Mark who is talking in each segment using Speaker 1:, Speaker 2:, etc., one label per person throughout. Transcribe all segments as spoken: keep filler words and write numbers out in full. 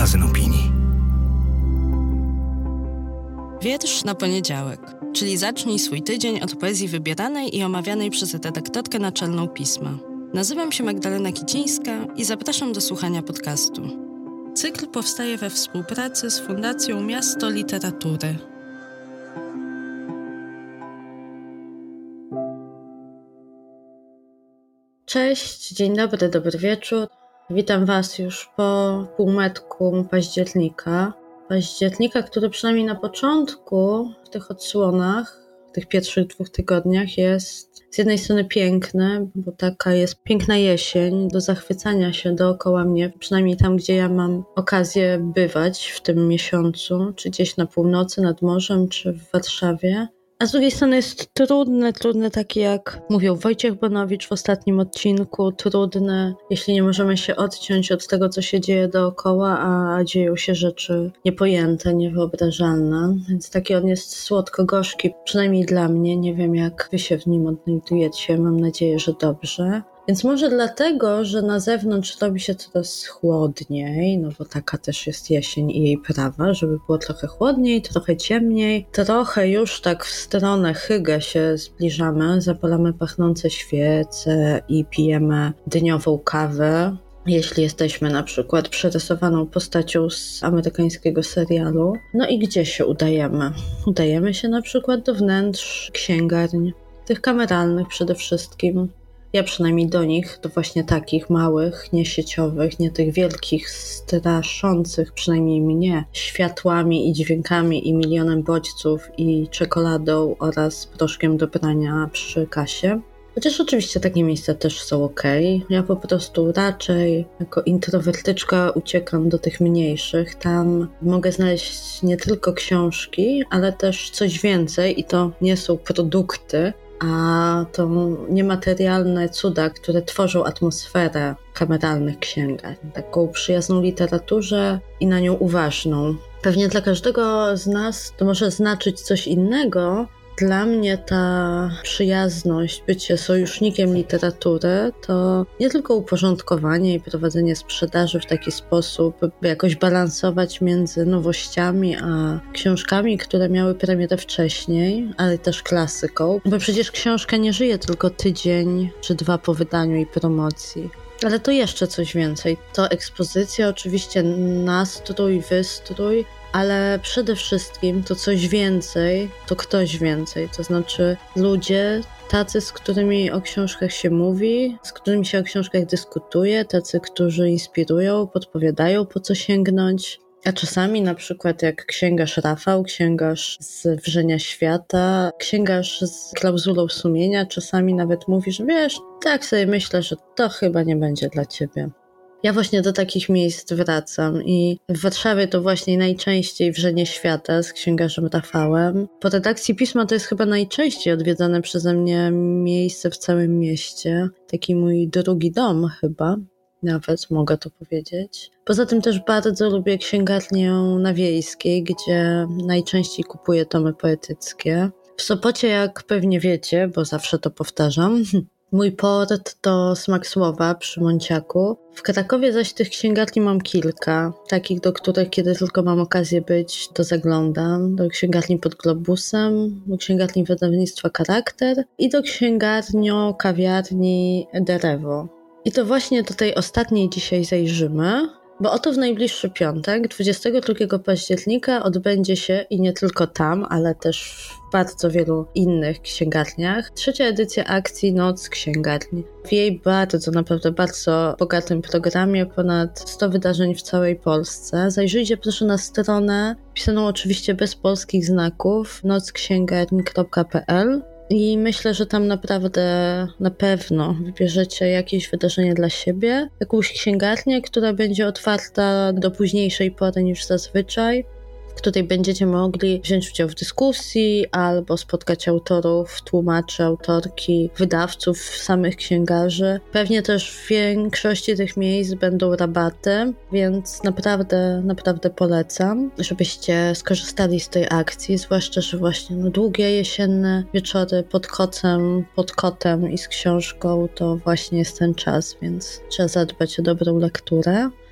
Speaker 1: magazyn opinii.
Speaker 2: Wiersz na poniedziałek, czyli zacznij swój tydzień od poezji wybieranej i omawianej przez redaktorkę naczelną pisma. Nazywam się Magdalena Kicińska i zapraszam do słuchania podcastu. Cykl powstaje we współpracy z Fundacją Miasto Literatury.
Speaker 3: Cześć, dzień dobry, dobry wieczór. Witam Was już po półmetku października. Października, który przynajmniej na początku, w tych odsłonach, w tych pierwszych dwóch tygodniach jest z jednej strony piękny, bo taka jest piękna jesień do zachwycania się dookoła mnie, przynajmniej tam, gdzie ja mam okazję bywać w tym miesiącu, czy gdzieś na północy, nad morzem, czy w Warszawie. A z drugiej strony jest trudny, trudny taki jak mówił Wojciech Bonowicz w ostatnim odcinku, trudny, jeśli nie możemy się odciąć od tego, co się dzieje dookoła, a dzieją się rzeczy niepojęte, niewyobrażalne. Więc taki on jest słodko-gorzki, przynajmniej dla mnie. Nie wiem, jak wy się w nim odnajdujecie, mam nadzieję, że dobrze. Więc może dlatego, że na zewnątrz robi się coraz chłodniej, no bo taka też jest jesień i jej prawa, żeby było trochę chłodniej, trochę ciemniej, trochę już tak w stronę hygge się zbliżamy, zapalamy pachnące świece i pijemy dniową kawę. Jeśli jesteśmy na przykład przerysowaną postacią z amerykańskiego serialu. No i gdzie się udajemy? Udajemy się na przykład do wnętrz księgarni, tych kameralnych przede wszystkim. Ja przynajmniej do nich, do właśnie takich małych, niesieciowych, nie tych wielkich, straszących, przynajmniej mnie, światłami i dźwiękami i milionem bodźców i czekoladą oraz proszkiem do prania przy kasie. Chociaż oczywiście takie miejsca też są okej. Ja po prostu raczej jako introwertyczka uciekam do tych mniejszych. Tam mogę znaleźć nie tylko książki, ale też coś więcej i to nie są produkty, a to niematerialne cuda, które tworzą atmosferę kameralnych księgarni. Taką przyjazną literaturze i na nią uważną. Pewnie dla każdego z nas to może znaczyć coś innego. Dla mnie ta przyjazność, bycie sojusznikiem literatury to nie tylko uporządkowanie i prowadzenie sprzedaży w taki sposób, by jakoś balansować między nowościami a książkami, które miały premierę wcześniej, ale też klasyką, bo przecież książka nie żyje tylko tydzień czy dwa po wydaniu i promocji. Ale to jeszcze coś więcej. To ekspozycja, oczywiście nastrój, wystrój, ale przede wszystkim to coś więcej, to ktoś więcej, to znaczy ludzie tacy, z którymi o książkach się mówi, z którymi się o książkach dyskutuje, tacy, którzy inspirują, podpowiadają, po co sięgnąć. A czasami na przykład jak księgarz Rafał, księgarz z Wrzenia Świata, księgarz z klauzulą sumienia, czasami nawet mówi, że wiesz, tak sobie myślę, że to chyba nie będzie dla ciebie. Ja właśnie do takich miejsc wracam i w Warszawie to właśnie najczęściej Wrzenie Świata z księgarzem Rafałem. Po redakcji Pisma to jest chyba najczęściej odwiedzane przeze mnie miejsce w całym mieście. Taki mój drugi dom chyba, nawet mogę to powiedzieć. Poza tym też bardzo lubię księgarnię na Wiejskiej, gdzie najczęściej kupuję tomy poetyckie. W Sopocie, jak pewnie wiecie, bo zawsze to powtarzam, mój port to Smak Słowa przy Monciaku. W Krakowie zaś tych księgarni mam kilka, takich, do których kiedy tylko mam okazję być, to zaglądam. Do księgarni pod Globusem, do księgarni wydawnictwa Charakter i do księgarnio kawiarni Derewo. I to właśnie do tej ostatniej dzisiaj zajrzymy, bo oto w najbliższy piątek, dwudziestego drugiego października odbędzie się, i nie tylko tam, ale też w bardzo wielu innych księgarniach, trzecia edycja akcji Noc Księgarni. W jej bardzo, naprawdę bardzo bogatym programie, ponad sto wydarzeń w całej Polsce. Zajrzyjcie proszę na stronę, pisaną oczywiście bez polskich znaków, noc księgarni kropka p l. I myślę, że tam naprawdę na pewno wybierzecie jakieś wydarzenie dla siebie, jakąś księgarnię, która będzie otwarta do późniejszej pory niż zazwyczaj, w której będziecie mogli wziąć udział w dyskusji albo spotkać autorów, tłumaczy, autorki, wydawców, samych księgarzy. Pewnie też w większości tych miejsc będą rabaty, więc naprawdę, naprawdę polecam, żebyście skorzystali z tej akcji, zwłaszcza, że właśnie no, długie jesienne wieczory pod kocem, pod kotem i z książką to właśnie jest ten czas, więc trzeba zadbać o dobrą lekturę.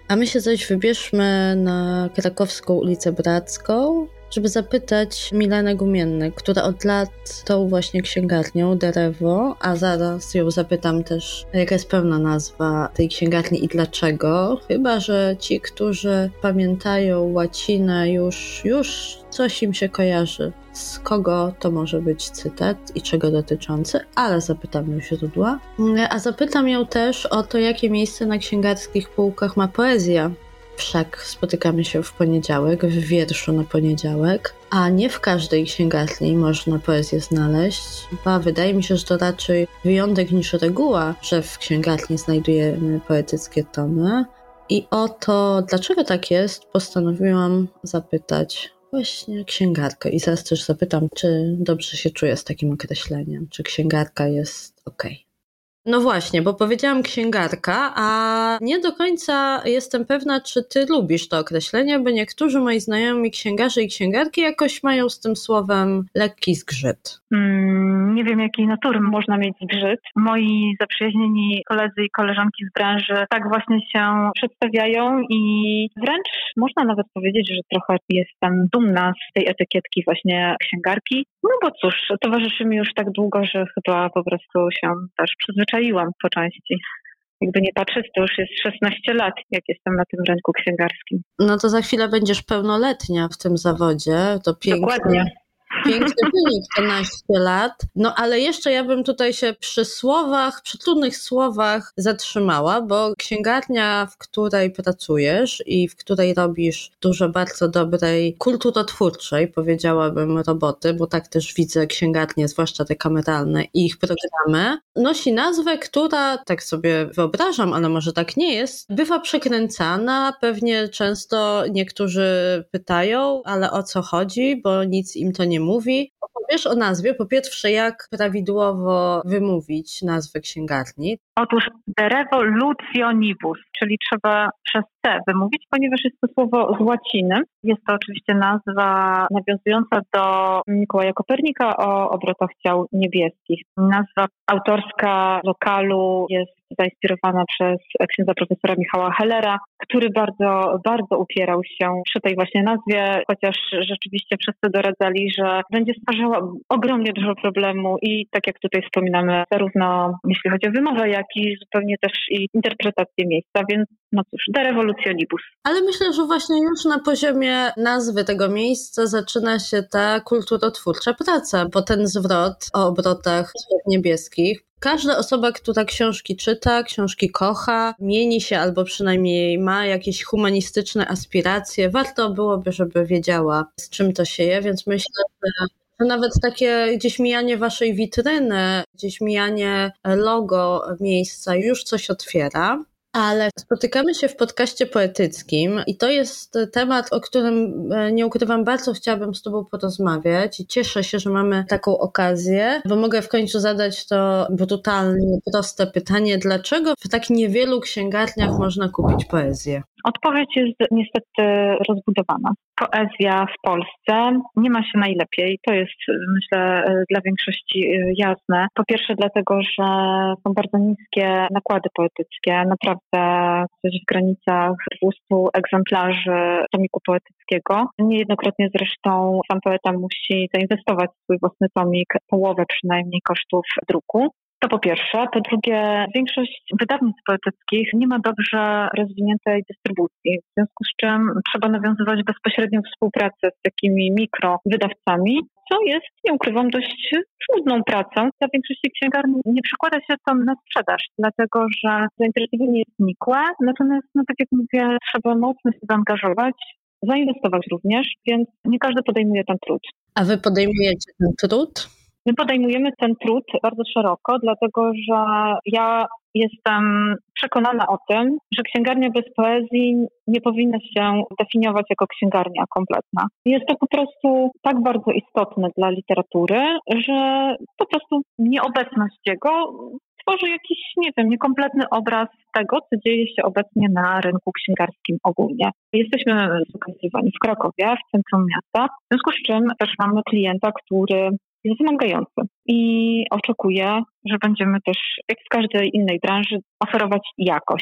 Speaker 3: A my się zaś wybierzmy na krakowską ulicę Bracką, żeby zapytać Milenę Gumienny, która od lat tą właśnie księgarnią Derevo, a zaraz ją zapytam też, jaka jest pełna nazwa tej księgarni i dlaczego. Chyba że ci, którzy pamiętają łacinę, już, już coś im się kojarzy. Z kogo to może być cytat i czego dotyczący, ale zapytam ją źródła. A zapytam ją też o to, jakie miejsce na księgarskich półkach ma poezja. Wszak spotykamy się w poniedziałek, w wierszu na poniedziałek, a nie w każdej księgarni można poezję znaleźć, bo wydaje mi się, że to raczej wyjątek niż reguła, że w księgarni znajdujemy poetyckie tomy. I o to, dlaczego tak jest, postanowiłam zapytać właśnie księgarkę. I zaraz też zapytam, czy dobrze się czuję z takim określeniem, czy księgarka jest okej. No właśnie, bo powiedziałam księgarka, a nie do końca jestem pewna, czy ty lubisz to określenie, bo niektórzy moi znajomi księgarze i księgarki jakoś mają z tym słowem lekki zgrzyt.
Speaker 1: Mm, nie wiem, jakiej natury można mieć zgrzyt. Moi zaprzyjaźnieni koledzy i koleżanki z branży tak właśnie się przedstawiają i wręcz można nawet powiedzieć, że trochę jestem dumna z tej etykietki właśnie księgarki. No bo cóż, towarzyszy mi już tak długo, że chyba po prostu się też przyzwyczaiłam po części. Jakby nie patrzeć, to już jest szesnaście lat, jak jestem na tym rynku księgarskim.
Speaker 3: No to za chwilę będziesz pełnoletnia w tym zawodzie. To pięknie.
Speaker 1: Dokładnie.
Speaker 3: Piękny wynik, to naście lat. No ale jeszcze ja bym tutaj się przy słowach, przy trudnych słowach zatrzymała, bo księgarnia, w której pracujesz i w której robisz dużo bardzo dobrej, kulturotwórczej, powiedziałabym, roboty, bo tak też widzę księgarnie, zwłaszcza te kameralne i ich programy, nosi nazwę, która, tak sobie wyobrażam, ale może tak nie jest, bywa przekręcana. Pewnie często niektórzy pytają, ale o co chodzi, bo nic im to nie mówi. Opowiesz o nazwie, po pierwsze, jak prawidłowo wymówić nazwę księgarni?
Speaker 1: Otóż Derevo Lucionibus, czyli trzeba przez C wymówić, ponieważ jest to słowo z łaciny. Jest to oczywiście nazwa nawiązująca do Mikołaja Kopernika o obrotach ciał niebieskich. Nazwa autorska lokalu jest zainspirowana przez księdza profesora Michała Hellera, który bardzo, bardzo upierał się przy tej właśnie nazwie, chociaż rzeczywiście wszyscy doradzali, że będzie stwarzała ogromnie dużo problemu i tak jak tutaj wspominamy, zarówno jeśli chodzi o wymowę, jak i zupełnie też i interpretację miejsca, więc no cóż, Derevo Lucionibus.
Speaker 3: Ale myślę, że właśnie już na poziomie nazwy tego miejsca zaczyna się ta kulturotwórcza praca, bo ten zwrot o obrotach niebieskich, każda osoba, która książki czyta, książki kocha, mieni się albo przynajmniej ma jakieś humanistyczne aspiracje, warto byłoby, żeby wiedziała, z czym to się je, więc myślę, że to nawet takie gdzieś mijanie waszej witryny, gdzieś mijanie logo miejsca już coś otwiera. Ale spotykamy się w podcaście poetyckim i to jest temat, o którym, nie ukrywam, bardzo chciałabym z tobą porozmawiać i cieszę się, że mamy taką okazję, bo mogę w końcu zadać to brutalnie, proste pytanie, dlaczego w tak niewielu księgarniach można kupić poezję?
Speaker 1: Odpowiedź jest niestety rozbudowana. Poezja w Polsce nie ma się najlepiej. To jest, myślę, dla większości jasne. Po pierwsze dlatego, że są bardzo niskie nakłady poetyckie. Naprawdę coś w granicach dwustu egzemplarzy tomiku poetyckiego. Niejednokrotnie zresztą sam poeta musi zainwestować w swój własny tomik połowę przynajmniej kosztów druku. To po pierwsze. Po drugie, większość wydawnictw poetyckich nie ma dobrze rozwiniętej dystrybucji, w związku z czym trzeba nawiązywać bezpośrednią współpracę z takimi mikrowydawcami, co jest, nie ukrywam, dość trudną pracą. Dla większości księgarni nie przekłada się to na sprzedaż, dlatego że zainteresowanie jest nikłe, natomiast, no tak jak mówię, trzeba mocno się zaangażować, zainwestować również, więc nie każdy podejmuje ten trud.
Speaker 3: A wy podejmujecie ten trud?
Speaker 1: My podejmujemy ten trud bardzo szeroko, dlatego że ja jestem przekonana o tym, że księgarnia bez poezji nie powinna się definiować jako księgarnia kompletna. Jest to po prostu tak bardzo istotne dla literatury, że po prostu nieobecność jego tworzy jakiś, nie wiem, niekompletny obraz tego, co dzieje się obecnie na rynku księgarskim ogólnie. Jesteśmy zlokalizowani w Krakowie, w centrum miasta, w związku z czym też mamy klienta, który jest wymagający i oczekuję, że będziemy też, jak w każdej innej branży, oferować jakość.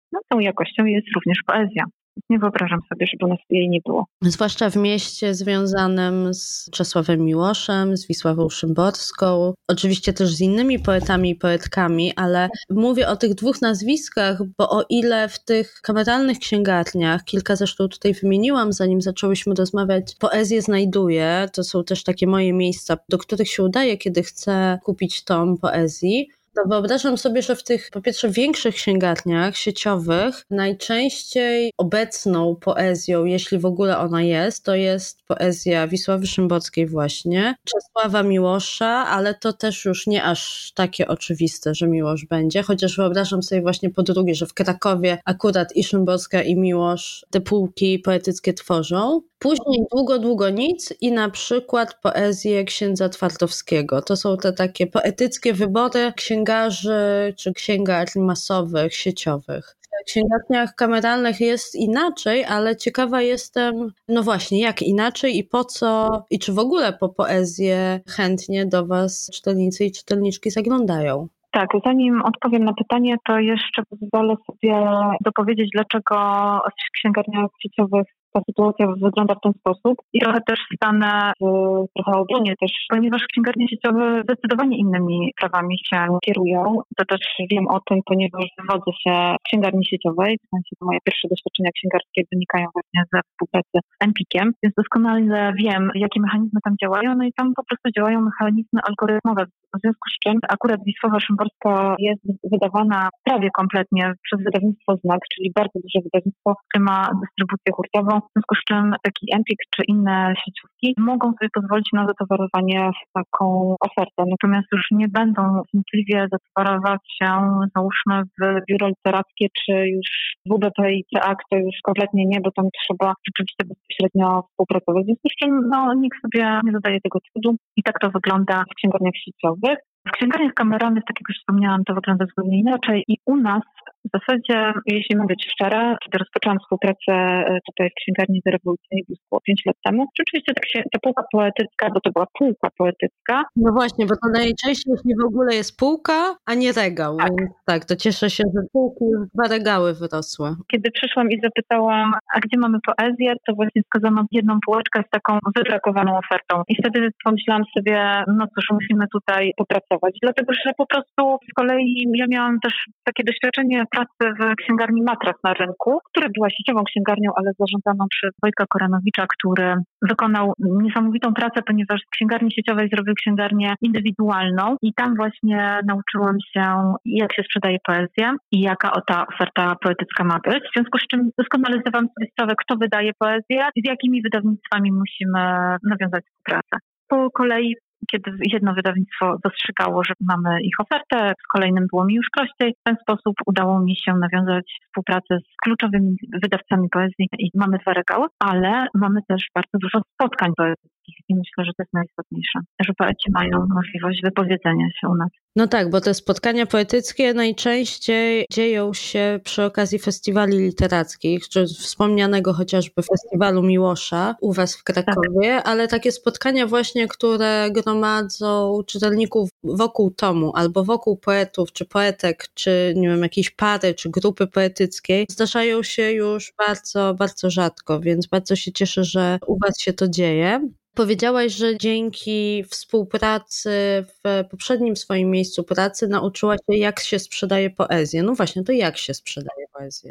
Speaker 1: no tą jakością jest również poezja. Nie wyobrażam sobie, żeby u nas jej nie było.
Speaker 3: Zwłaszcza w mieście związanym z Czesławem Miłoszem, z Wisławą Szymborską, oczywiście też z innymi poetami i poetkami, ale mówię o tych dwóch nazwiskach, bo o ile w tych kameralnych księgarniach, kilka zresztą tutaj wymieniłam, zanim zaczęłyśmy rozmawiać, poezję znajduję, to są też takie moje miejsca, do których się udaje, kiedy chcę kupić tom poezji. To wyobrażam sobie, że w tych, po pierwsze, większych księgarniach sieciowych najczęściej obecną poezją, jeśli w ogóle ona jest, to jest poezja Wisławy Szymborskiej właśnie, Czesława Miłosza, ale to też już nie aż takie oczywiste, że Miłosz będzie, chociaż wyobrażam sobie właśnie po drugie, że w Krakowie akurat i Szymborska, i Miłosz te półki poetyckie tworzą. Później Długo, długo nic i na przykład poezję księdza Twardowskiego. To są te takie poetyckie wybory księgarzy czy księgarni masowych, sieciowych. W księgarniach kameralnych jest inaczej, ale ciekawa jestem, no właśnie, jak inaczej i po co, i czy w ogóle po poezję chętnie do Was czytelnicy i czytelniczki zaglądają.
Speaker 1: Tak, zanim odpowiem na pytanie, to jeszcze pozwolę sobie dopowiedzieć, dlaczego w księgarniach sieciowych ta sytuacja wygląda w ten sposób i trochę też stanę w trochę obronie też, ponieważ księgarnie sieciowe zdecydowanie innymi prawami się kierują. To też wiem o tym, ponieważ wywodzę się z księgarni sieciowej, w sensie to moje pierwsze doświadczenia księgarskie wynikają właśnie ze współpracy z Empikiem, więc doskonale wiem, jakie mechanizmy tam działają, no i tam po prostu działają mechanizmy algorytmowe, w związku z czym akurat Wisława Szymborska jest wydawana prawie kompletnie przez wydawnictwo Znak, czyli bardzo duże wydawnictwo, które ma dystrybucję hurtową, w związku z czym taki Empik czy inne sieciówki mogą sobie pozwolić na zatowarowanie w taką ofertę, natomiast już nie będą wnikliwie zatowarować się, załóżmy, w biuro literackie czy już W B P i C A K, to już kompletnie nie, bo tam trzeba rzeczywiście bezpośrednio współpracować, w związku z czym no, nikt sobie nie zadaje tego trudu i tak to wygląda w księgarniach sieciowych. W księgarniach kameralnych, tak jak już wspomniałam, to wygląda zupełnie inaczej i u nas w zasadzie, jeśli mam być szczera, kiedy rozpoczęłam współpracę tutaj w księgarni rewolucyjnej, było pięć lat temu, rzeczywiście tak się, ta półka poetycka, bo to była półka poetycka.
Speaker 3: No właśnie, bo to najczęściej jeśli w ogóle jest półka, a nie regał.
Speaker 1: Tak,
Speaker 3: więc tak, to cieszę się, że półki już dwa regały wyrosły.
Speaker 1: Kiedy przyszłam i zapytałam, a gdzie mamy poezję, to właśnie wskazano jedną półeczkę z taką wybrakowaną ofertą. I wtedy pomyślałam sobie, no cóż, musimy tutaj popracować. Dlatego, że po prostu z kolei ja miałam też takie doświadczenie pracy w księgarni Matras na rynku, która była sieciową księgarnią, ale zarządzaną przez Wojtka Koranowicza, który wykonał niesamowitą pracę, ponieważ z księgarni sieciowej zrobił księgarnię indywidualną i tam właśnie nauczyłam się, jak się sprzedaje poezję i jaka o ta oferta poetycka ma być. W związku z czym doskonale zdawałam sobie sprawę, kto wydaje poezję i z jakimi wydawnictwami musimy nawiązać współpracę. Po kolei, kiedy jedno wydawnictwo dostrzegało, że mamy ich ofertę, z kolejnym było mi już prościej. W ten sposób udało mi się nawiązać współpracę z kluczowymi wydawcami poezji i mamy dwa regały, ale mamy też bardzo dużo spotkań poetyckich i myślę, że to jest najistotniejsze, że poeci mają możliwość wypowiedzenia się u nas.
Speaker 3: No tak, bo te spotkania poetyckie najczęściej dzieją się przy okazji festiwali literackich, czy wspomnianego chociażby Festiwalu Miłosza u Was w Krakowie, tak. Ale takie spotkania właśnie, które gromadzą czytelników wokół tomu, albo wokół poetów, czy poetek, czy nie wiem, jakiejś pary, czy grupy poetyckiej, zdarzają się już bardzo, bardzo rzadko, więc bardzo się cieszę, że u Was się to dzieje. Powiedziałaś, że dzięki współpracy w poprzednim swoim miejscu pracy nauczyłaś się, jak się sprzedaje poezję. No właśnie, to jak się sprzedaje poezję?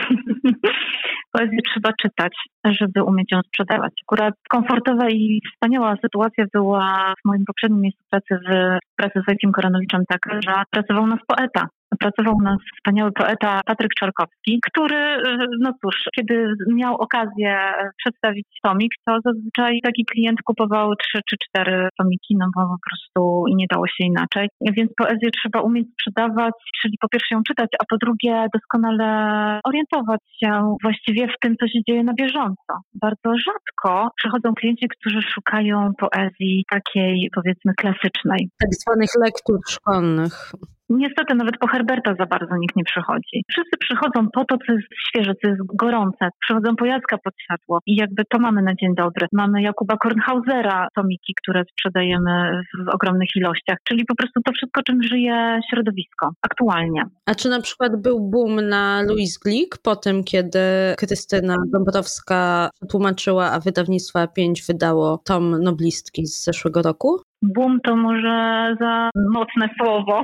Speaker 1: Poezję trzeba czytać, żeby umieć ją sprzedawać. Akurat komfortowa i wspaniała sytuacja była w moim poprzednim miejscu pracy w pracy z Wojtkiem Koranowiczem taka, że pracował u nas poeta. Pracował u nas wspaniały poeta Patryk Czarkowski, który, no cóż, kiedy miał okazję przedstawić tomik, to zazwyczaj taki klient kupował trzy czy cztery tomiki, no bo po prostu nie dało się inaczej. Więc poezję trzeba umieć sprzedawać, czyli po pierwsze ją czytać, a po drugie doskonale orientować się właściwie w tym, co się dzieje na bieżąco. Bardzo rzadko przychodzą klienci, którzy szukają poezji takiej, powiedzmy, klasycznej.
Speaker 3: Tak zwanych lektur szkolnych.
Speaker 1: Niestety nawet po Herberta za bardzo nikt nie przychodzi. Wszyscy przychodzą po to, co jest świeże, co jest gorące. Przychodzą po Jacka Podsiadło i jakby to mamy na dzień dobry. Mamy Jakuba Kornhausera, tomiki, które sprzedajemy w ogromnych ilościach. Czyli po prostu to wszystko, czym żyje środowisko aktualnie.
Speaker 3: A czy na przykład był boom na Louise Glück po tym, kiedy Krystyna Dąbrowska tłumaczyła, a wydawnictwo A pięć wydało tom noblistki z zeszłego roku?
Speaker 1: Boom to może za mocne słowo.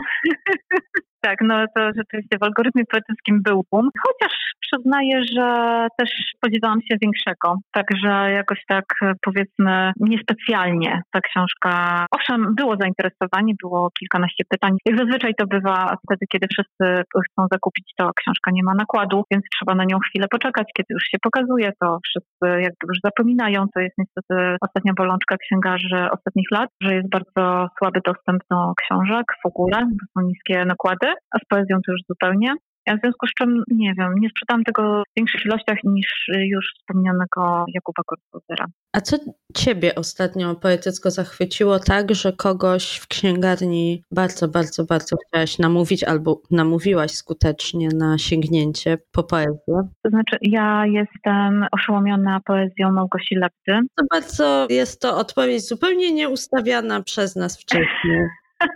Speaker 1: Tak, no to rzeczywiście w algorytmie poetyckim był boom. Chociaż przyznaję, że też spodziewałam się większego. Także jakoś tak powiedzmy niespecjalnie ta książka. Owszem, było zainteresowanie, było kilkanaście pytań. Jak zazwyczaj to bywa wtedy, kiedy wszyscy chcą zakupić, to książka nie ma nakładu, więc trzeba na nią chwilę poczekać. Kiedy już się pokazuje, to wszyscy jakby już zapominają. To jest niestety ostatnia bolączka księgarzy ostatnich lat, że jest bardzo słaby dostęp do książek w ogóle, bo są niskie nakłady, a z poezją to już zupełnie. Ja w związku z czym, nie wiem, nie sprzedałam tego w większych ilościach niż już wspomnianego Jakuba Kornhausera.
Speaker 3: A co ciebie ostatnio poetycko zachwyciło tak, że kogoś w księgarni bardzo, bardzo, bardzo chciałaś namówić albo namówiłaś skutecznie na sięgnięcie po poezję?
Speaker 1: To znaczy, ja jestem oszołomiona poezją Małgosi Lebdy.
Speaker 3: To bardzo jest to odpowiedź zupełnie nieustawiana przez nas wcześniej.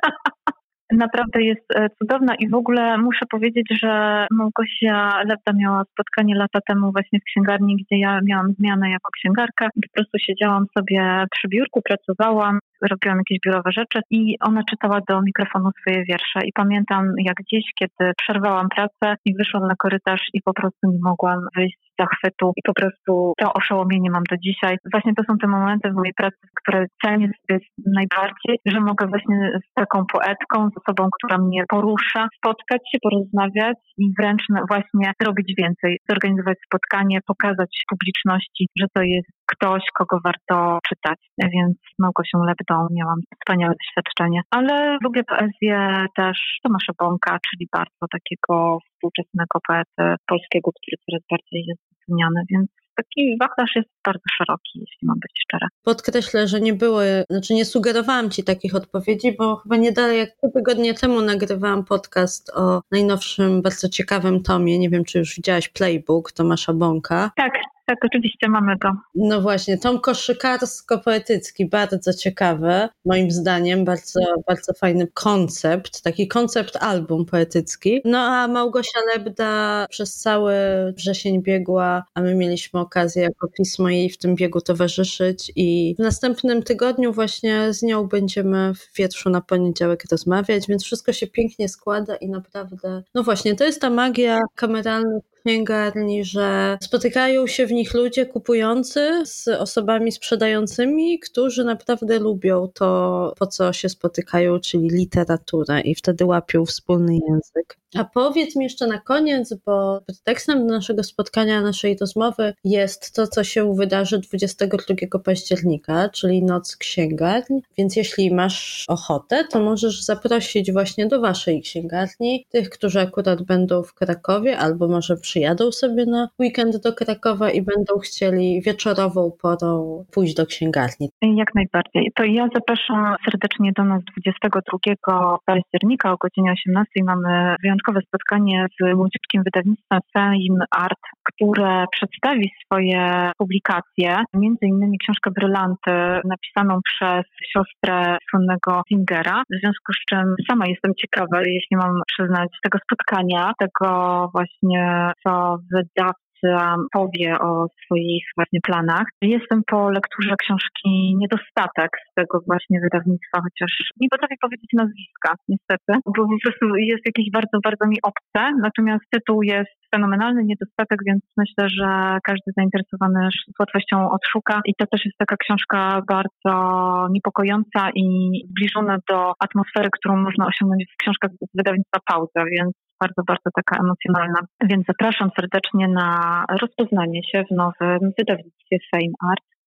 Speaker 1: Naprawdę jest cudowna i w ogóle muszę powiedzieć, że Małgosia Lebda miała spotkanie lata temu właśnie w księgarni, gdzie ja miałam zmianę jako księgarka i po prostu siedziałam sobie przy biurku, pracowałam, robiłam jakieś biurowe rzeczy i ona czytała do mikrofonu swoje wiersze i pamiętam jak dziś, kiedy przerwałam pracę i wyszłam na korytarz i po prostu nie mogłam wyjść z zachwytu i po prostu to oszołomienie mam do dzisiaj. Właśnie to są te momenty w mojej pracy, które cenię sobie najbardziej, że mogę właśnie z taką poetką, z osobą, która mnie porusza, spotkać się, porozmawiać i wręcz właśnie zrobić więcej, zorganizować spotkanie, pokazać publiczności, że to jest ktoś, kogo warto czytać. Więc z Małgosią Lebdą miałam wspaniałe doświadczenie. Ale lubię poezję też Tomasza Bąka, czyli bardzo takiego współczesnego poety polskiego, który coraz bardziej jest doceniany, więc taki wachlarz jest bardzo szeroki, jeśli mam być szczera.
Speaker 3: Podkreślę, że nie było, znaczy nie sugerowałam ci takich odpowiedzi, bo chyba nie dalej jak trzy tygodnie temu nagrywałam podcast o najnowszym, bardzo ciekawym tomie. Nie wiem, czy już widziałaś Playbook Tomasza Bąka.
Speaker 1: Tak. Tak, oczywiście mamy go.
Speaker 3: No właśnie, tom koszykarsko-poetycki, bardzo ciekawy, moim zdaniem, bardzo, bardzo fajny koncept, taki koncept album poetycki. No a Małgosia Lebda przez cały wrzesień biegła, a my mieliśmy okazję jako pismo jej w tym biegu towarzyszyć i w następnym tygodniu właśnie z nią będziemy w Wietrzu na poniedziałek rozmawiać, więc wszystko się pięknie składa i naprawdę, no właśnie, to jest ta magia kameralnych księgarni, że spotykają się w nich ludzie kupujący z osobami sprzedającymi, którzy naprawdę lubią to, po co się spotykają, czyli literaturę i wtedy łapią wspólny język. A powiedz mi jeszcze na koniec, bo pretekstem do naszego spotkania, naszej rozmowy jest to, co się wydarzy dwudziestego drugiego października, czyli Noc Księgarni, więc jeśli masz ochotę, to możesz zaprosić właśnie do waszej księgarni tych, którzy akurat będą w Krakowie, albo może przyjadą sobie na weekend do Krakowa i będą chcieli wieczorową porą pójść do księgarni.
Speaker 1: Jak najbardziej. To ja zapraszam serdecznie do nas dwudziestego drugiego października o godzinie osiemnastej. Mamy wyjątkowe spotkanie z łódzkim wydawnictwem Fame Art, które przedstawi swoje publikacje, między innymi książkę Brylanty napisaną przez siostrę słynnego Zingera. W związku z czym sama jestem ciekawa, jeśli mam przyznać, tego spotkania, tego właśnie, co wydawca powie o swoich właśnie planach. Jestem po lekturze książki Niedostatek z tego właśnie wydawnictwa, chociaż nie potrafię powiedzieć nazwiska, niestety, bo po prostu jest jakieś bardzo, bardzo mi obce, natomiast tytuł jest fenomenalny, Niedostatek, więc myślę, że każdy zainteresowany z łatwością odszuka i to też jest taka książka bardzo niepokojąca i zbliżona do atmosfery, którą można osiągnąć w książkach z wydawnictwa Pauza, więc bardzo, bardzo taka emocjonalna. Więc zapraszam serdecznie na rozpoznanie się w nowym wydawnictwie Fame Art.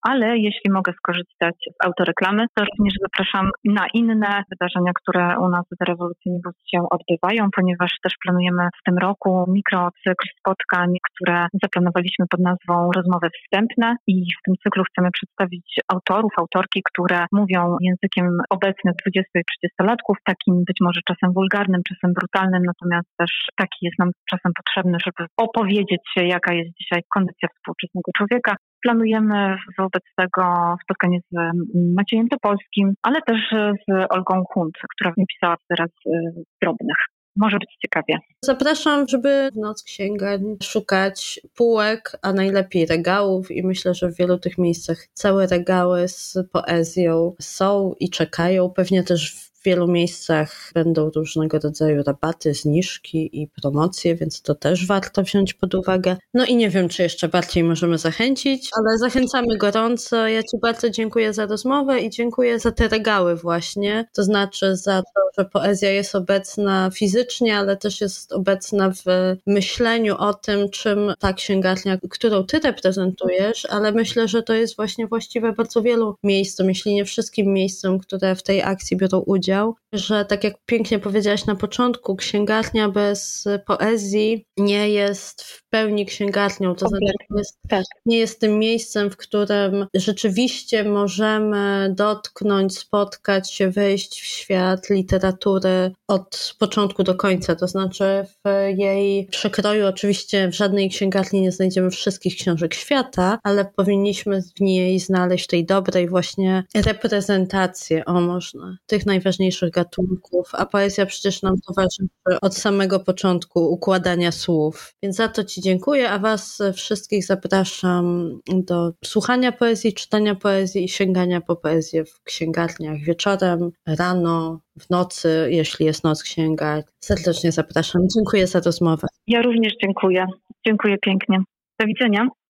Speaker 1: ale jeśli mogę skorzystać z autoreklamy, to również zapraszam na inne wydarzenia, które u nas w Rewolucyjny Wóz się odbywają, ponieważ też planujemy w tym roku mikrocykl spotkań, które zaplanowaliśmy pod nazwą Rozmowy Wstępne i w tym cyklu chcemy przedstawić autorów, autorki, które mówią językiem obecnych dwudziestu i trzydziestolatków, takim być może czasem wulgarnym, czasem brutalnym, natomiast też taki jest nam czasem potrzebny, żeby opowiedzieć się, jaka jest dzisiaj kondycja współczesnego człowieka. Planujemy wobec tego spotkanie z Maciejem Topolskim, ale też z Olgą Hunt, która napisała wyraz drobnych. Może być ciekawie.
Speaker 3: Zapraszam, żeby w Noc Księgarni szukać półek, a najlepiej regałów i myślę, że w wielu tych miejscach całe regały z poezją są i czekają. Pewnie też w W wielu miejscach będą różnego rodzaju rabaty, zniżki i promocje, więc to też warto wziąć pod uwagę. No i nie wiem, czy jeszcze bardziej możemy zachęcić, ale zachęcamy gorąco. Ja Ci bardzo dziękuję za rozmowę i dziękuję za te regały właśnie. To znaczy za to, że poezja jest obecna fizycznie, ale też jest obecna w myśleniu o tym, czym ta księgarnia, którą Ty reprezentujesz, ale myślę, że to jest właśnie właściwe bardzo wielu miejscom, jeśli nie wszystkim miejscom, które w tej akcji biorą udział. Że tak jak pięknie powiedziałaś na początku, księgarnia bez poezji nie jest w pełni księgarnią, to znaczy jest, nie jest tym miejscem, w którym rzeczywiście możemy dotknąć, spotkać się, wejść w świat literatury od początku do końca, to znaczy w jej przekroju oczywiście w żadnej księgarni nie znajdziemy wszystkich książek świata, ale powinniśmy w niej znaleźć tej dobrej właśnie reprezentację, o można, tych najważniejszych gatunków, a poezja przecież nam towarzyszy od samego początku układania słów. Więc za to Ci dziękuję, a Was wszystkich zapraszam do słuchania poezji, czytania poezji i sięgania po poezję w księgarniach wieczorem, rano, w nocy, jeśli jest Noc Księgarni. Serdecznie zapraszam. Dziękuję za rozmowę.
Speaker 1: Ja również dziękuję. Dziękuję pięknie. Do widzenia.